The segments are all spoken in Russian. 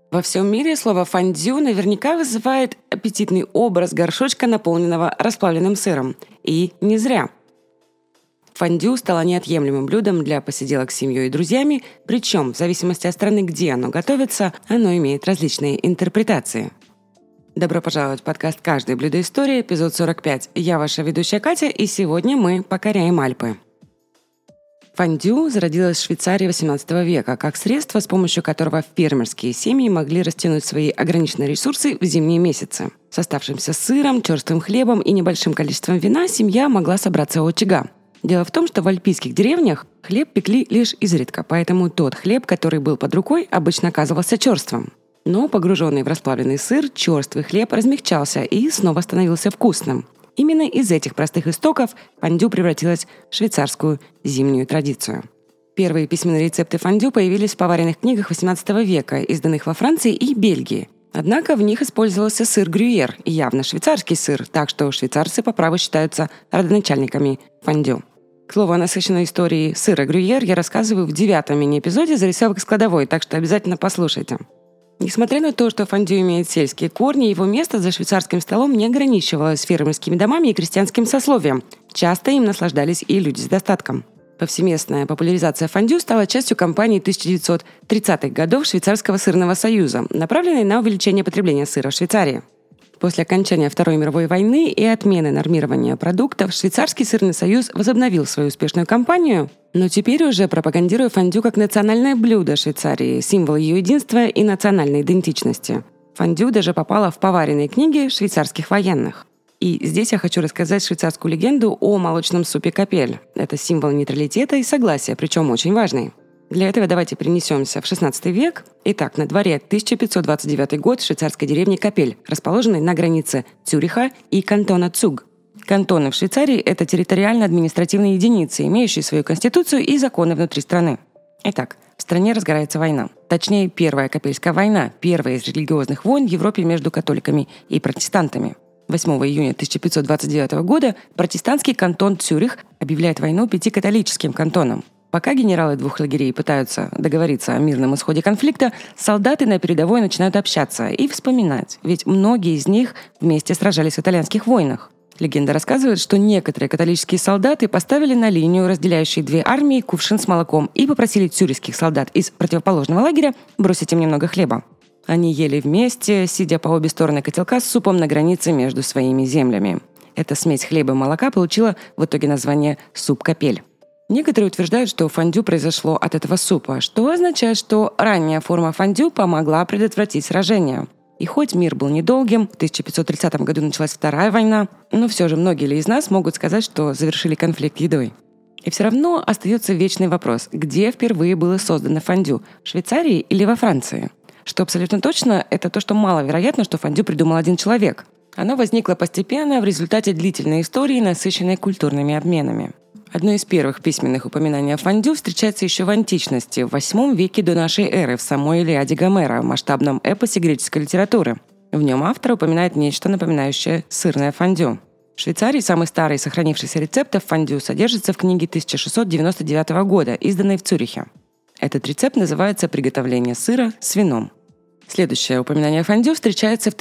Во всем мире слово «фондю» наверняка вызывает аппетитный образ горшочка, наполненного расплавленным сыром. И не зря. Фондю стало неотъемлемым блюдом для посиделок с семьей и друзьями, причем в зависимости от страны, где оно готовится, оно имеет различные интерпретации. Добро пожаловать в подкаст «Каждое блюдо истории», эпизод 45. Я ваша ведущая Катя, и сегодня мы покоряем Альпы. Фондю зародилось в Швейцарии XVIII века как средство, с помощью которого фермерские семьи могли растянуть свои ограниченные ресурсы в зимние месяцы. С оставшимся сыром, черствым хлебом и небольшим количеством вина семья могла собраться у очага. Дело в том, что в альпийских деревнях хлеб пекли лишь изредка, поэтому тот хлеб, который был под рукой, обычно оказывался черствым. Но погруженный в расплавленный сыр, черствый хлеб размягчался и снова становился вкусным. Именно из этих простых истоков фондю превратилась в швейцарскую зимнюю традицию. Первые письменные рецепты фондю появились в поваренных книгах XVIII века, изданных во Франции и Бельгии. Однако в них использовался сыр грюйер, явно швейцарский сыр, так что швейцарцы по праву считаются родоначальниками фондю. К слову о насыщенной истории сыра грюйер я рассказываю в 9-м мини-эпизоде «Зарисовок из кладовой», так что обязательно послушайте. Несмотря на то, что фондю имеет сельские корни, его место за швейцарским столом не ограничивалось фермерскими домами и крестьянским сословием. Часто им наслаждались и люди с достатком. Повсеместная популяризация фондю стала частью кампании 1930-х годов Швейцарского сырного союза, направленной на увеличение потребления сыра в Швейцарии. После окончания Второй мировой войны и отмены нормирования продуктов Швейцарский сырный союз возобновил свою успешную кампанию, но теперь уже пропагандируя фондю как национальное блюдо Швейцарии, символ ее единства и национальной идентичности. Фондю даже попало в поваренные книги швейцарских военных. И здесь я хочу рассказать швейцарскую легенду о молочном супе капель. Это символ нейтралитета и согласия, причем очень важный. Для этого давайте перенесемся в XVI век. Итак, на дворе 1529 год в швейцарской деревне Капель, расположенной на границе Цюриха и кантона Цуг. Кантоны в Швейцарии – это территориально-административные единицы, имеющие свою конституцию и законы внутри страны. Итак, в стране разгорается война. Точнее, Первая Капельская война, первая из религиозных войн в Европе между католиками и протестантами. 8 июня 1529 года протестантский кантон Цюрих объявляет войну 5 католическим кантонам. Пока генералы двух лагерей пытаются договориться о мирном исходе конфликта, солдаты на передовой начинают общаться и вспоминать, ведь многие из них вместе сражались в итальянских войнах. Легенда рассказывает, что некоторые католические солдаты поставили на линию, разделяющие две армии, кувшин с молоком и попросили цюрихских солдат из противоположного лагеря бросить им немного хлеба. Они ели вместе, сидя по обе стороны котелка с супом на границе между своими землями. Эта смесь хлеба и молока получила в итоге название «суп-капель». Некоторые утверждают, что фондю произошло от этого супа, что означает, что ранняя форма фондю помогла предотвратить сражение. И хоть мир был недолгим, в 1530 году началась Вторая война, но все же многие из нас могут сказать, что завершили конфликт едой. И все равно остается вечный вопрос, где впервые было создано фондю – в Швейцарии или во Франции? Что абсолютно точно, это то, что маловероятно, что фондю придумал один человек. Оно возникло постепенно в результате длительной истории, насыщенной культурными обменами. Одно из первых письменных упоминаний о фондю встречается еще в античности, в VIII веке до нашей эры, в самой Илиаде Гомера, масштабном эпосе греческой литературы. В нем автор упоминает нечто, напоминающее сырное фондю. В Швейцарии самый старый сохранившийся рецепт фондю содержится в книге 1699 года, изданной в Цюрихе. Этот рецепт называется «Приготовление сыра с вином». Следующее упоминание о фондю встречается в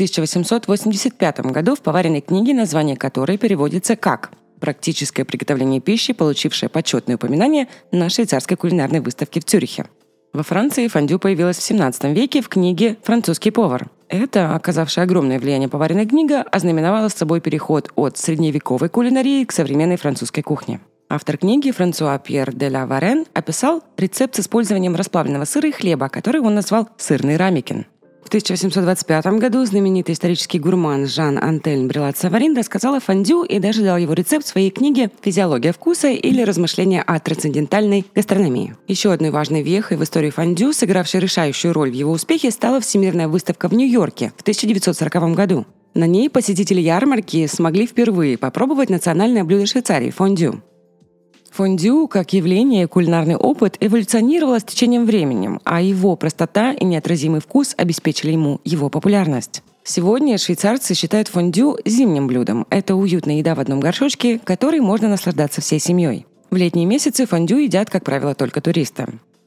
1885 году в поваренной книге, название которой переводится как «Практическое приготовление пищи, получившее почетное упоминание на швейцарской кулинарной выставке в Цюрихе». Во Франции фондю появилось в XVII веке в книге «Французский повар». Это, оказавшая огромное влияние поваренная книга, ознаменовала с собой переход от средневековой кулинарии к современной французской кухне. Автор книги Франсуа Пьер де ла Варен описал рецепт с использованием расплавленного сыра и хлеба, который он назвал «сырный рамекен». В 1825 году знаменитый исторический гурман Жан-Антельм Брилат-Саварин рассказал о фондю и даже дал его рецепт в своей книге «Физиология вкуса» или «Размышления о трансцендентальной гастрономии». Еще одной важной вехой в истории фондю, сыгравшей решающую роль в его успехе, стала Всемирная выставка в Нью-Йорке в 1940 году. На ней посетители ярмарки смогли впервые попробовать национальное блюдо Швейцарии – фондю. Фондю, как явление и кулинарный опыт, эволюционировало с течением времени, а его простота и неотразимый вкус обеспечили ему его популярность. Сегодня швейцарцы считают фондю зимним блюдом. Это уютная еда в одном горшочке, которой можно наслаждаться всей семьей. В летние месяцы фондю едят, как правило, только туристы.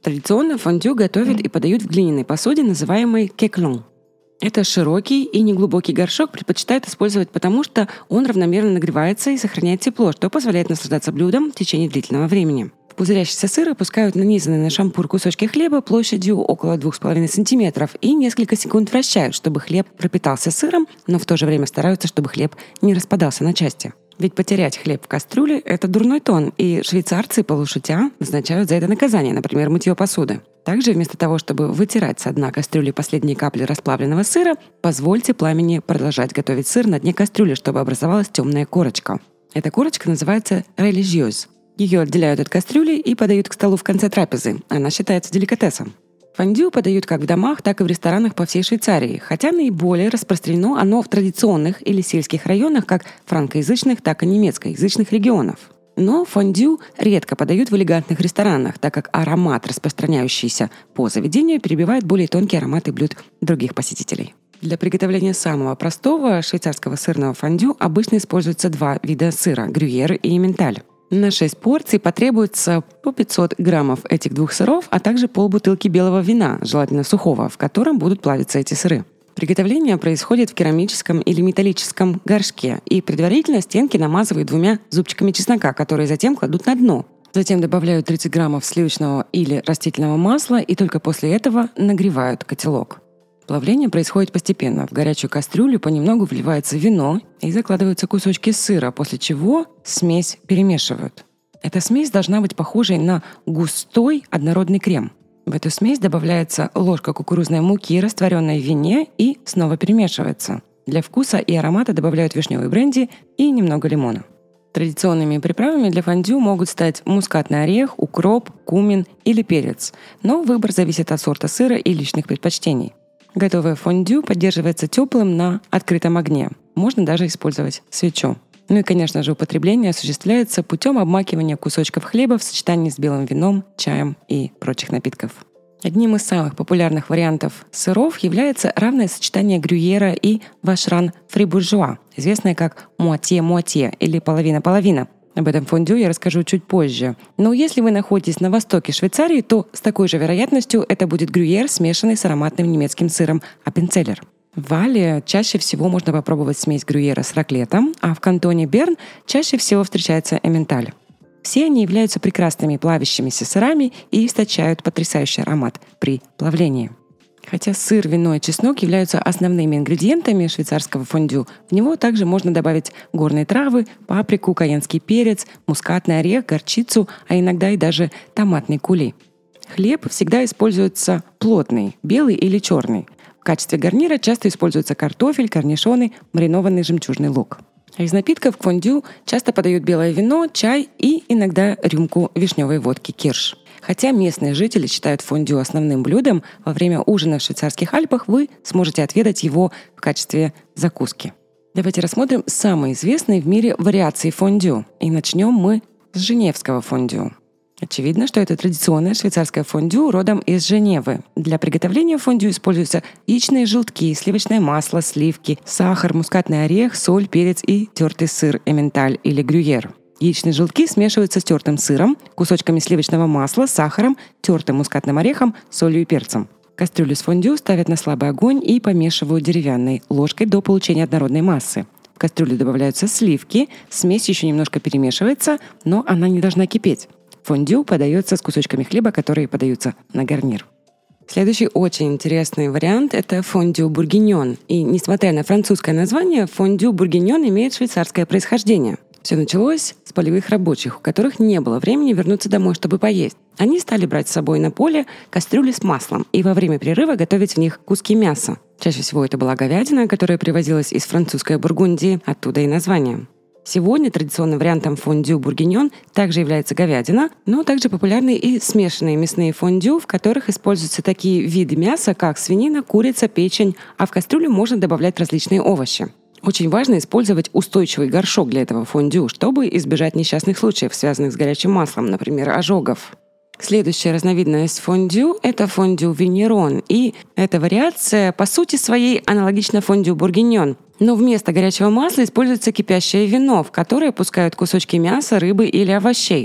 Традиционно фондю готовят и подают в глиняной посуде, называемой кеклон. Это широкий и неглубокий горшок предпочитают использовать, потому что он равномерно нагревается и сохраняет тепло, что позволяет наслаждаться блюдом в течение длительного времени. В пузырящийся сыр опускают нанизанные на шампур кусочки хлеба площадью около 2,5 см и несколько секунд вращают, чтобы хлеб пропитался сыром, но в то же время стараются, чтобы хлеб не распадался на части. Ведь потерять хлеб в кастрюле – это дурной тон, и швейцарцы, полушутя, назначают за это наказание, например, мытье посуды. Также вместо того, чтобы вытирать со дна кастрюли последние капли расплавленного сыра, позвольте пламени продолжать готовить сыр на дне кастрюли, чтобы образовалась темная корочка. Эта корочка называется религиоз. Ее отделяют от кастрюли и подают к столу в конце трапезы. Она считается деликатесом. Фондю подают как в домах, так и в ресторанах по всей Швейцарии, хотя наиболее распространено оно в традиционных или сельских районах как франкоязычных, так и немецкоязычных регионов. Но фондю редко подают в элегантных ресторанах, так как аромат, распространяющийся по заведению, перебивает более тонкие ароматы блюд других посетителей. Для приготовления самого простого швейцарского сырного фондю обычно используются два вида сыра – грюйер и эмменталь. На 6 порций потребуется по 500 граммов этих двух сыров, а также полбутылки белого вина, желательно сухого, в котором будут плавиться эти сыры. Приготовление происходит в керамическом или металлическом горшке, и предварительно стенки намазывают 2 зубчиками чеснока, которые затем кладут на дно. Затем добавляют 30 граммов сливочного или растительного масла, и только после этого нагревают котелок. Плавление происходит постепенно. В горячую кастрюлю понемногу вливается вино и закладываются кусочки сыра, после чего смесь перемешивают. Эта смесь должна быть похожей на густой однородный крем. В эту смесь добавляется ложка кукурузной муки, растворенной в вине, и снова перемешивается. Для вкуса и аромата добавляют вишневый бренди и немного лимона. Традиционными приправами для фондю могут стать мускатный орех, укроп, кумин или перец, но выбор зависит от сорта сыра и личных предпочтений. Готовое фондю поддерживается теплым на открытом огне. Можно даже использовать свечу. Ну и, конечно же, употребление осуществляется путем обмакивания кусочков хлеба в сочетании с белым вином, чаем и прочих напитков. Одним из самых популярных вариантов сыров является равное сочетание грюйера и вашран фрибуржуа, известное как муатье-муатье или половина-половина. Об этом фондю я расскажу чуть позже. Но если вы находитесь на востоке Швейцарии, то с такой же вероятностью это будет грюйер, смешанный с ароматным немецким сыром аппенцеллер. В Вале чаще всего можно попробовать смесь грюйера с раклетом, а в кантоне Берн чаще всего встречается эмменталь. Все они являются прекрасными плавящимися сырами и источают потрясающий аромат при плавлении. Хотя сыр, вино и чеснок являются основными ингредиентами швейцарского фондю, в него также можно добавить горные травы, паприку, каенский перец, мускатный орех, горчицу, а иногда и даже томатный кули. Хлеб всегда используется плотный, белый или черный. В качестве гарнира часто используется картофель, корнишоны, маринованный жемчужный лук. А из напитков к фондю часто подают белое вино, чай и иногда рюмку вишневой водки кирш. Хотя местные жители считают фондю основным блюдом, во время ужина в швейцарских Альпах вы сможете отведать его в качестве закуски. Давайте рассмотрим самые известные в мире вариации фондю. И начнем мы с женевского фондю. Очевидно, что это традиционное швейцарское фондю родом из Женевы. Для приготовления фондю используются яичные желтки, сливочное масло, сливки, сахар, мускатный орех, соль, перец и тертый сыр эмменталь или грюйер. Яичные желтки смешиваются с тертым сыром, кусочками сливочного масла, сахаром, тертым мускатным орехом, солью и перцем. Кастрюлю с фондю ставят на слабый огонь и помешивают деревянной ложкой до получения однородной массы. В кастрюлю добавляются сливки, смесь еще немножко перемешивается, но она не должна кипеть. Фондю подается с кусочками хлеба, которые подаются на гарнир. Следующий очень интересный вариант – это фондю бургиньон. И несмотря на французское название, фондю бургиньон имеет швейцарское происхождение. Все началось с полевых рабочих, у которых не было времени вернуться домой, чтобы поесть. Они стали брать с собой на поле кастрюли с маслом и во время перерыва готовить в них куски мяса. Чаще всего это была говядина, которая привозилась из французской Бургундии, оттуда и название. Сегодня традиционным вариантом фондю бургиньон также является говядина, но также популярны и смешанные мясные фондю, в которых используются такие виды мяса, как свинина, курица, печень, а в кастрюлю можно добавлять различные овощи. Очень важно использовать устойчивый горшок для этого фондю, чтобы избежать несчастных случаев, связанных с горячим маслом, например, ожогов. Следующая разновидность фондю – это фондю виньерон, и эта вариация по сути своей аналогична фондю бургиньон. Но вместо горячего масла используется кипящее вино, в которое пускают кусочки мяса, рыбы или овощей.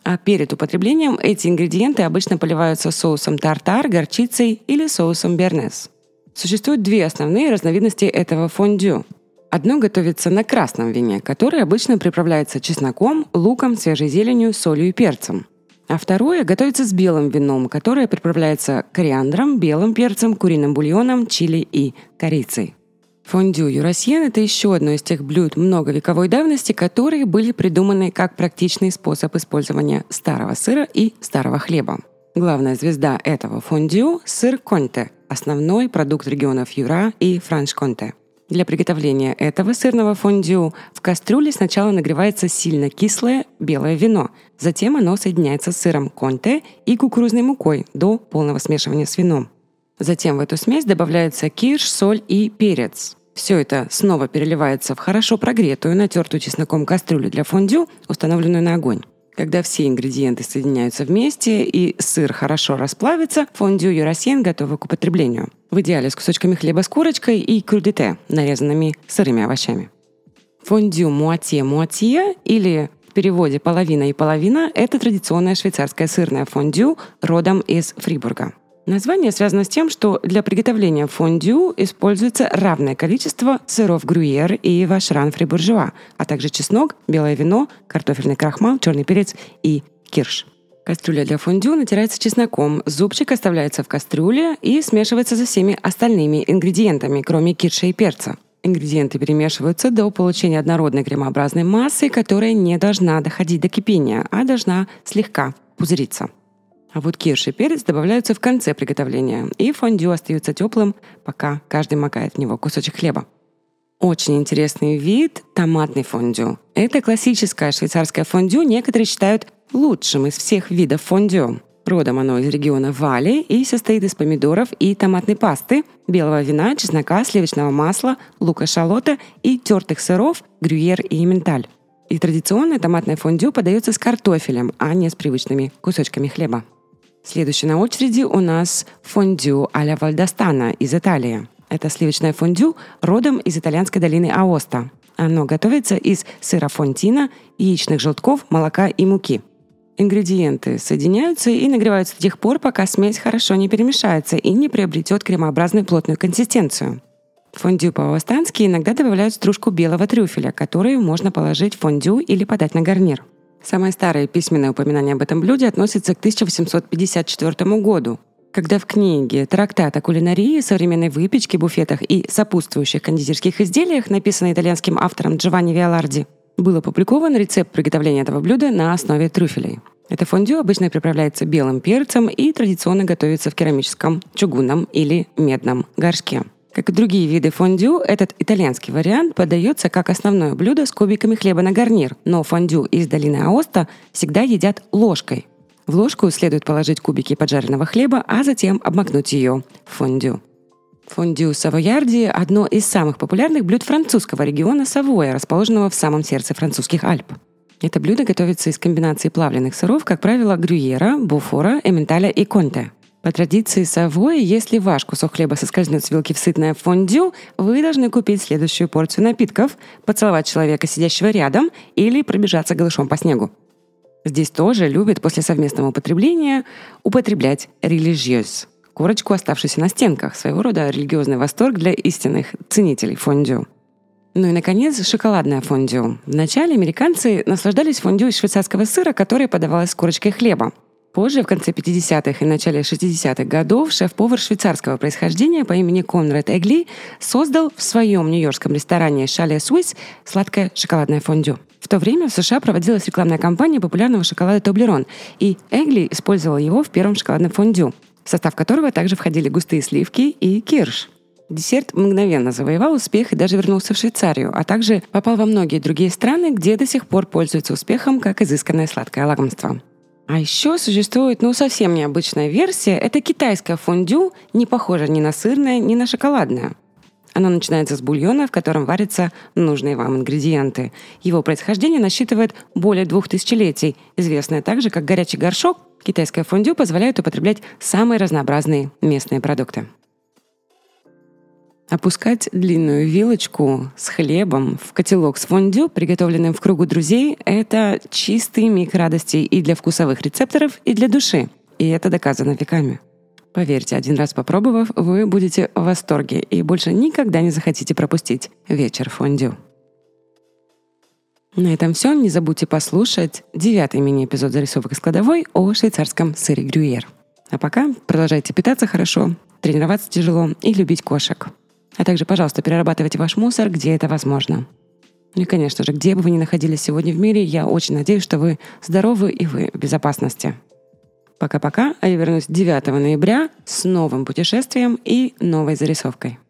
А перед употреблением эти ингредиенты обычно поливаются соусом тартар, горчицей или соусом бернес. Существует две основные разновидности этого фондю. Одно готовится на красном вине, которое обычно приправляется чесноком, луком, свежей зеленью, солью и перцем. А второе готовится с белым вином, которое приправляется кориандром, белым перцем, куриным бульоном, чили и корицей. Фондю юрасьен – это еще одно из тех блюд многовековой давности, которые были придуманы как практичный способ использования старого сыра и старого хлеба. Главная звезда этого фондю – сыр конте, основной продукт регионов Юра и Франш-Конте. Для приготовления этого сырного фондю в кастрюле сначала нагревается сильно кислое белое вино, затем оно соединяется с сыром конте и кукурузной мукой до полного смешивания с вином. Затем в эту смесь добавляется кирш, соль и перец. Все это снова переливается в хорошо прогретую, натертую чесноком кастрюлю для фондю, установленную на огонь. Когда все ингредиенты соединяются вместе и сыр хорошо расплавится, фондю юрасьен готово к употреблению. В идеале с кусочками хлеба с курочкой и крудите, нарезанными сырыми овощами. Фондю муатье или в переводе «половина и половина» – это традиционное швейцарское сырное фондю родом из Фрибурга. Название связано с тем, что для приготовления фондю используется равное количество сыров грюйер и вашран фрибуржуа, а также чеснок, белое вино, картофельный крахмал, черный перец и кирш. Кастрюля для фондю натирается чесноком, зубчик оставляется в кастрюле и смешивается со всеми остальными ингредиентами, кроме кирша и перца. Ингредиенты перемешиваются до получения однородной кремообразной массы, которая не должна доходить до кипения, а должна слегка пузыриться. А вот кирш и перец добавляются в конце приготовления, и фондю остается теплым, пока каждый макает в него кусочек хлеба. Очень интересный вид – томатный фондю. Это классическое швейцарское фондю некоторые считают лучшим из всех видов фондю. Родом оно из региона Вали и состоит из помидоров и томатной пасты, белого вина, чеснока, сливочного масла, лука-шалота и тертых сыров грюйер и эмменталь. И традиционное томатное фондю подается с картофелем, а не с привычными кусочками хлеба. Следующий на очереди у нас фондю а-ля Вальдостана из Италии. Это сливочное фондю родом из итальянской долины Аоста. Оно готовится из сыра фонтина, яичных желтков, молока и муки. Ингредиенты соединяются и нагреваются до тех пор, пока смесь хорошо не перемешается и не приобретет кремообразную плотную консистенцию. В фондю по-аостански иногда добавляют стружку белого трюфеля, которую можно положить в фондю или подать на гарнир. Самое старое письменное упоминание об этом блюде относится к 1854 году, когда в книге «Трактат о кулинарии, современной выпечке, буфетах и сопутствующих кондитерских изделиях», написанной итальянским автором Джованни Виоларди, был опубликован рецепт приготовления этого блюда на основе трюфелей. Это фондю обычно приправляется белым перцем и традиционно готовится в керамическом, чугунном или медном горшке. Как и другие виды фондю, этот итальянский вариант подается как основное блюдо с кубиками хлеба на гарнир, но фондю из долины Аоста всегда едят ложкой. В ложку следует положить кубики поджаренного хлеба, а затем обмакнуть ее в фондю. Фондю савойярди – одно из самых популярных блюд французского региона Савоя, расположенного в самом сердце французских Альп. Это блюдо готовится из комбинации плавленых сыров, как правило, грюйера, буфора, эмменталя и конте. По традиции Савойи, если ваш кусок хлеба соскользнет с вилки в сытное фондю, вы должны купить следующую порцию напитков, поцеловать человека, сидящего рядом, или пробежаться голышом по снегу. Здесь тоже любят после совместного употребления употреблять религиоз – корочку, оставшуюся на стенках, своего рода религиозный восторг для истинных ценителей фондю. Ну и, наконец, шоколадное фондю. Вначале американцы наслаждались фондю из швейцарского сыра, которое подавалось с корочкой хлеба. Позже, в конце 50-х и начале 60-х годов, шеф-повар швейцарского происхождения по имени Конрад Эгли создал в своем нью-йоркском ресторане «Шале Суисс» сладкое шоколадное фондю. В то время в США проводилась рекламная кампания популярного шоколада Тоблерон, и Эгли использовал его в первом шоколадном фондю, в состав которого также входили густые сливки и кирш. Десерт мгновенно завоевал успех и даже вернулся в Швейцарию, а также попал во многие другие страны, где до сих пор пользуется успехом как изысканное сладкое лакомство. А еще существует, совсем необычная версия. Это китайское фондю, не похоже ни на сырное, ни на шоколадное. Оно начинается с бульона, в котором варятся нужные вам ингредиенты. Его происхождение насчитывает более 2000 летий. Известное также как горячий горшок, китайское фондю позволяет употреблять самые разнообразные местные продукты. Опускать длинную вилочку с хлебом в котелок с фондю, приготовленным в кругу друзей, это чистый миг радости и для вкусовых рецепторов, и для души. И это доказано веками. Поверьте, один раз попробовав, вы будете в восторге и больше никогда не захотите пропустить вечер фондю. На этом все. Не забудьте послушать 9-й мини-эпизод зарисовок из кладовой о швейцарском сыре грюйер. А пока продолжайте питаться хорошо, тренироваться тяжело и любить кошек. А также, пожалуйста, перерабатывайте ваш мусор, где это возможно. Ну и, конечно же, где бы вы ни находились сегодня в мире, я очень надеюсь, что вы здоровы и вы в безопасности. Пока-пока, а я вернусь 9 ноября с новым путешествием и новой зарисовкой.